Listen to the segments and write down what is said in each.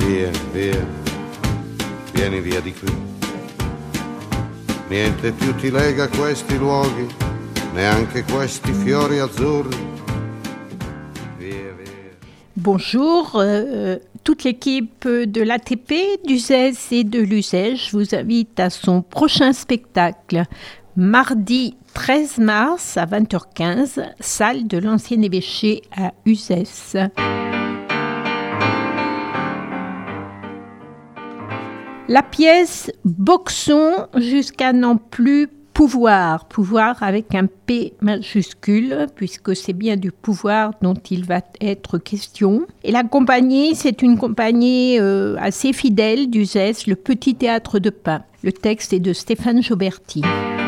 Via, via, vieni via di qui. Niente più ti lega a questi luoghi, neanche questi fiori azzurri. Via, via. Bonjour, toute l'équipe de l'ATP, d'USES et de l'USEJ vous invite à son prochain spectacle, mardi 13 mars à 20h15, salle de l'Ancien Évêché à Uzès. La pièce « Boxons jusqu'à n'en plus pouvoir », pouvoir avec un P majuscule, puisque c'est bien du pouvoir dont il va être question. Et la compagnie, c'est une compagnie assez fidèle d'Uzès, le Petit Théâtre de Pin. Le texte est de Stéphane Joberti.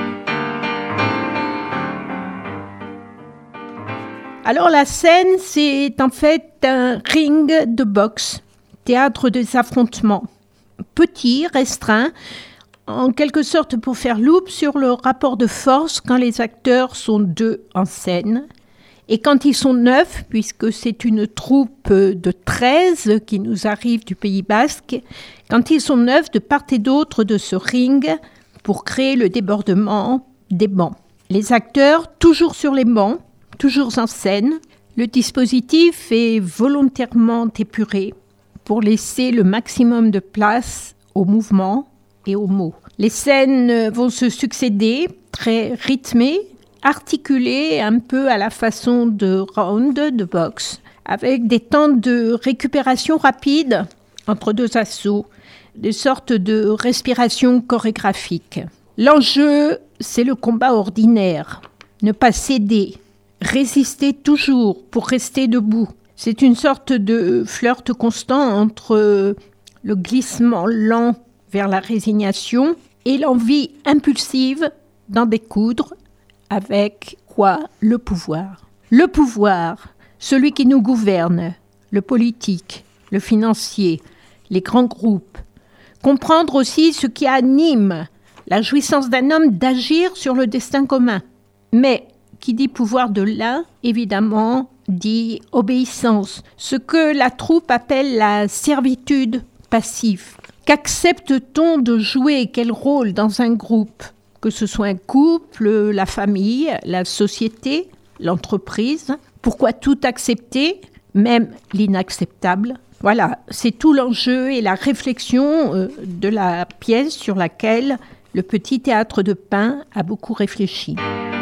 Alors la scène, c'est en fait un ring de boxe, théâtre des affrontements. Petit, restreint, en quelque sorte pour faire loupe sur le rapport de force quand les acteurs sont 2 en scène. Et quand ils sont 9, puisque c'est une troupe de 13 qui nous arrive du Pays Basque, quand ils sont 9 de part et d'autre de ce ring pour créer le débordement des bancs. Les acteurs, toujours sur les bancs, toujours en scène. Le dispositif est volontairement épuré pour laisser le maximum de place aux mouvements et aux mots. Les scènes vont se succéder, très rythmées, articulées un peu à la façon de round de boxe, avec des temps de récupération rapide entre 2 assauts, des sortes de respiration chorégraphique. L'enjeu, c'est le combat ordinaire, ne pas céder, résister toujours pour rester debout. C'est une sorte de flirt constant entre le glissement lent vers la résignation et l'envie impulsive d'en découdre avec quoi? Le pouvoir. Le pouvoir, celui qui nous gouverne, le politique, le financier, les grands groupes. Comprendre aussi ce qui anime la jouissance d'un homme d'agir sur le destin commun. Mais qui dit pouvoir de l'un, évidemment, dit obéissance, ce que la troupe appelle la servitude passive. Qu'accepte-t-on de jouer quel rôle dans un groupe? Que ce soit un couple, la famille, la société, l'entreprise. Pourquoi tout accepter, même l'inacceptable? Voilà, c'est tout l'enjeu et la réflexion de la pièce sur laquelle le Petit Théâtre de Pin a beaucoup réfléchi.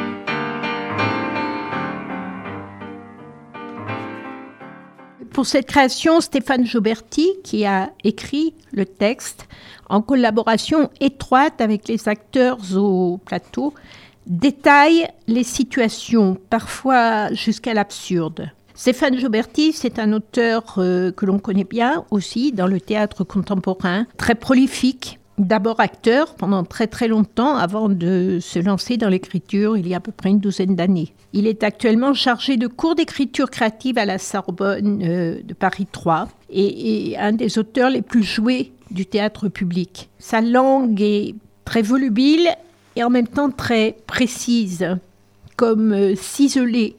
Pour cette création, Stéphane Joberti, qui a écrit le texte, en collaboration étroite avec les acteurs au plateau, détaille les situations, parfois jusqu'à l'absurde. Stéphane Joberti, c'est un auteur que l'on connaît bien aussi dans le théâtre contemporain, très prolifique. D'abord acteur pendant très très longtemps avant de se lancer dans l'écriture il y a à peu près une 12aine d'années. Il est actuellement chargé de cours d'écriture créative à la Sorbonne de Paris 3 et un des auteurs les plus joués du théâtre public. Sa langue est très volubile et en même temps très précise, comme ciselée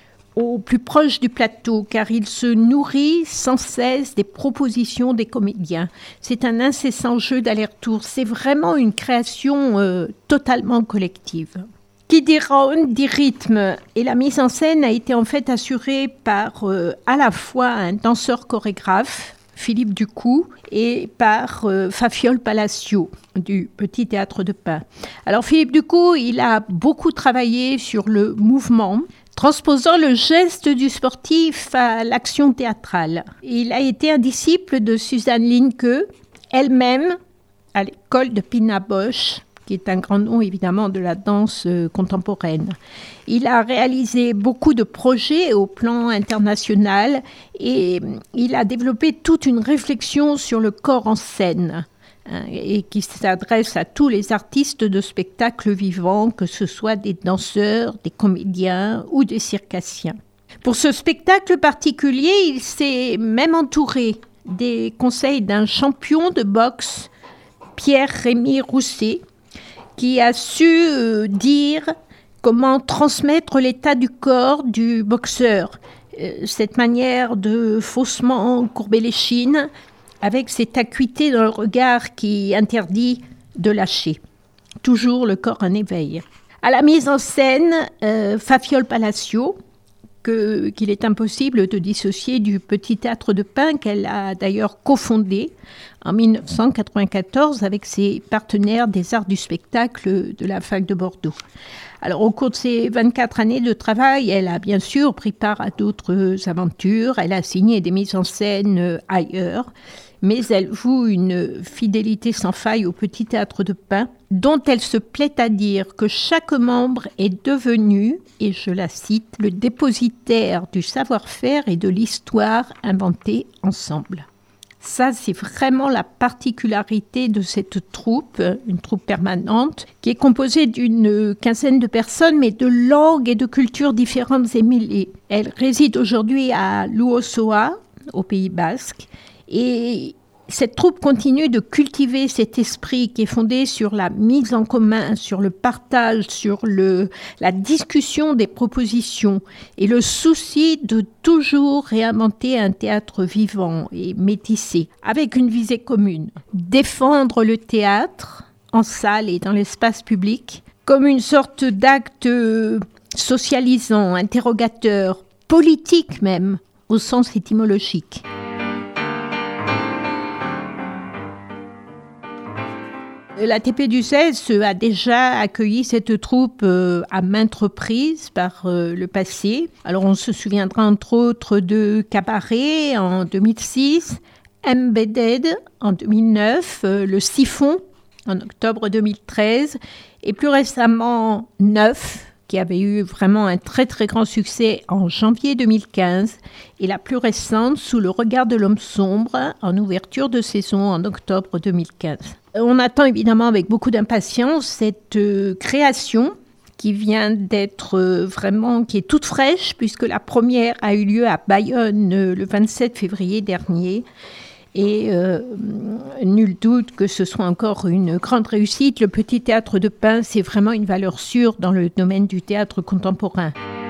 au plus proche du plateau, car il se nourrit sans cesse des propositions des comédiens. C'est un incessant jeu d'aller-retour. C'est vraiment une création totalement collective. Qui dit round, dit rythme. Et la mise en scène a été en fait assurée par à la fois un danseur chorégraphe, Philippe Ducou, et par Fafiole Palacio du Petit Théâtre de Pin. Alors Philippe Ducou, il a beaucoup travaillé sur le mouvement, transposant le geste du sportif à l'action théâtrale. Il a été un disciple de Suzanne Linke, elle-même à l'école de Pina Bausch, qui est un grand nom évidemment de la danse contemporaine. Il a réalisé beaucoup de projets au plan international et il a développé toute une réflexion sur le corps en scène, et qui s'adresse à tous les artistes de spectacle vivant, que ce soit des danseurs, des comédiens ou des circassiens. Pour ce spectacle particulier, il s'est même entouré des conseils d'un champion de boxe, Pierre-Rémy Rousset, qui a su dire comment transmettre l'état du corps du boxeur. Cette manière de faussement courber l'échine, avec cette acuité dans le regard qui interdit de lâcher. Toujours le corps en éveil. À la mise en scène, Fafiole Palacio, qu'il est impossible de dissocier du Petit Théâtre de Pin qu'elle a d'ailleurs cofondé en 1994 avec ses partenaires des arts du spectacle de la Fac de Bordeaux. Alors au cours de ces 24 années de travail, elle a bien sûr pris part à d'autres aventures, elle a signé des mises en scène ailleurs, mais elle voue une fidélité sans faille au Petit Théâtre de Pin, dont elle se plaît à dire que chaque membre est devenu, et je la cite, le dépositaire du savoir-faire et de l'histoire inventée ensemble. Ça, c'est vraiment la particularité de cette troupe, une troupe permanente, qui est composée d'une quinzaine de personnes, mais de langues et de cultures différentes et mêlées. Elle réside aujourd'hui à Luosoa, au Pays Basque, et cette troupe continue de cultiver cet esprit qui est fondé sur la mise en commun, sur le partage, sur la discussion des propositions et le souci de toujours réinventer un théâtre vivant et métissé, avec une visée commune. Défendre le théâtre en salle et dans l'espace public comme une sorte d'acte socialisant, interrogateur, politique même, au sens étymologique. L'ATP d'Uzès a déjà accueilli cette troupe à maintes reprises par le passé. Alors on se souviendra entre autres de Cabaret en 2006, Embedded en 2009, Le Siphon en octobre 2013 et plus récemment Neuf, qui avait eu vraiment un très très grand succès en janvier 2015 et la plus récente Sous le regard de l'homme sombre en ouverture de saison en octobre 2015. On attend évidemment avec beaucoup d'impatience cette création qui vient d'être qui est toute fraîche puisque la première a eu lieu à Bayonne le 27 février dernier. Et nul doute que ce soit encore une grande réussite. Le Petit Théâtre de Pin, c'est vraiment une valeur sûre dans le domaine du théâtre contemporain.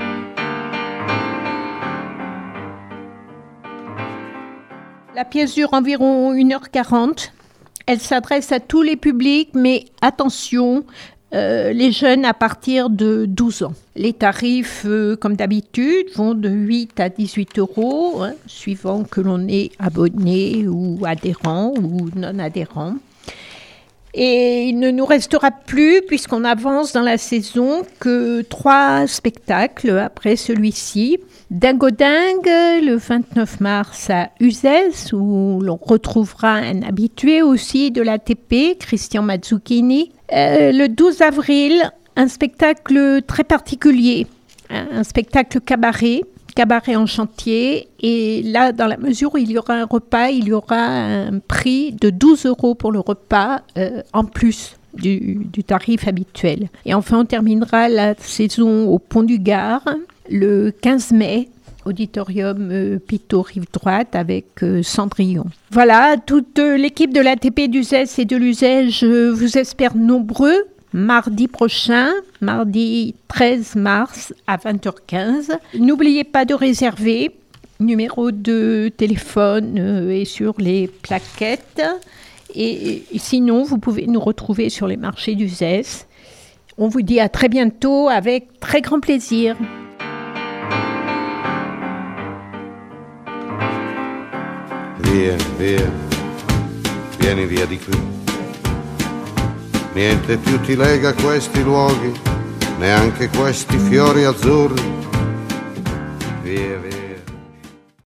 La pièce dure environ 1h40. Elle s'adresse à tous les publics, mais attention, les jeunes à partir de 12 ans. Les tarifs, comme d'habitude, vont de 8 à 18 €, suivant que l'on est abonné ou adhérent ou non adhérent. Et il ne nous restera plus, puisqu'on avance dans la saison, que 3 spectacles après celui-ci. Dingo Dingue, le 29 mars à Uzès, où l'on retrouvera un habitué aussi de l'ATP, Christian Mazzucchini. Le 12 avril, un spectacle très particulier, un spectacle cabaret en chantier. Et là, dans la mesure où il y aura un repas, il y aura un prix de 12 € pour le repas en plus du tarif habituel. Et enfin, on terminera la saison au Pont du Gard le 15 mai, auditorium Pitot Rive Droite avec Cendrillon. Voilà, toute l'équipe de l'ATP d'Uzès et de l'Uzès, je vous espère nombreux mardi prochain, mardi 13 mars à 20h15. N'oubliez pas de réserver, numéro de téléphone est sur les plaquettes. Et sinon, vous pouvez nous retrouver sur les marchés d'Uzès. On vous dit à très bientôt avec très grand plaisir. Via, via, vieni via di qui. Niente più ti lega questi luoghi, neanche questi fiori azzurri. Via, via.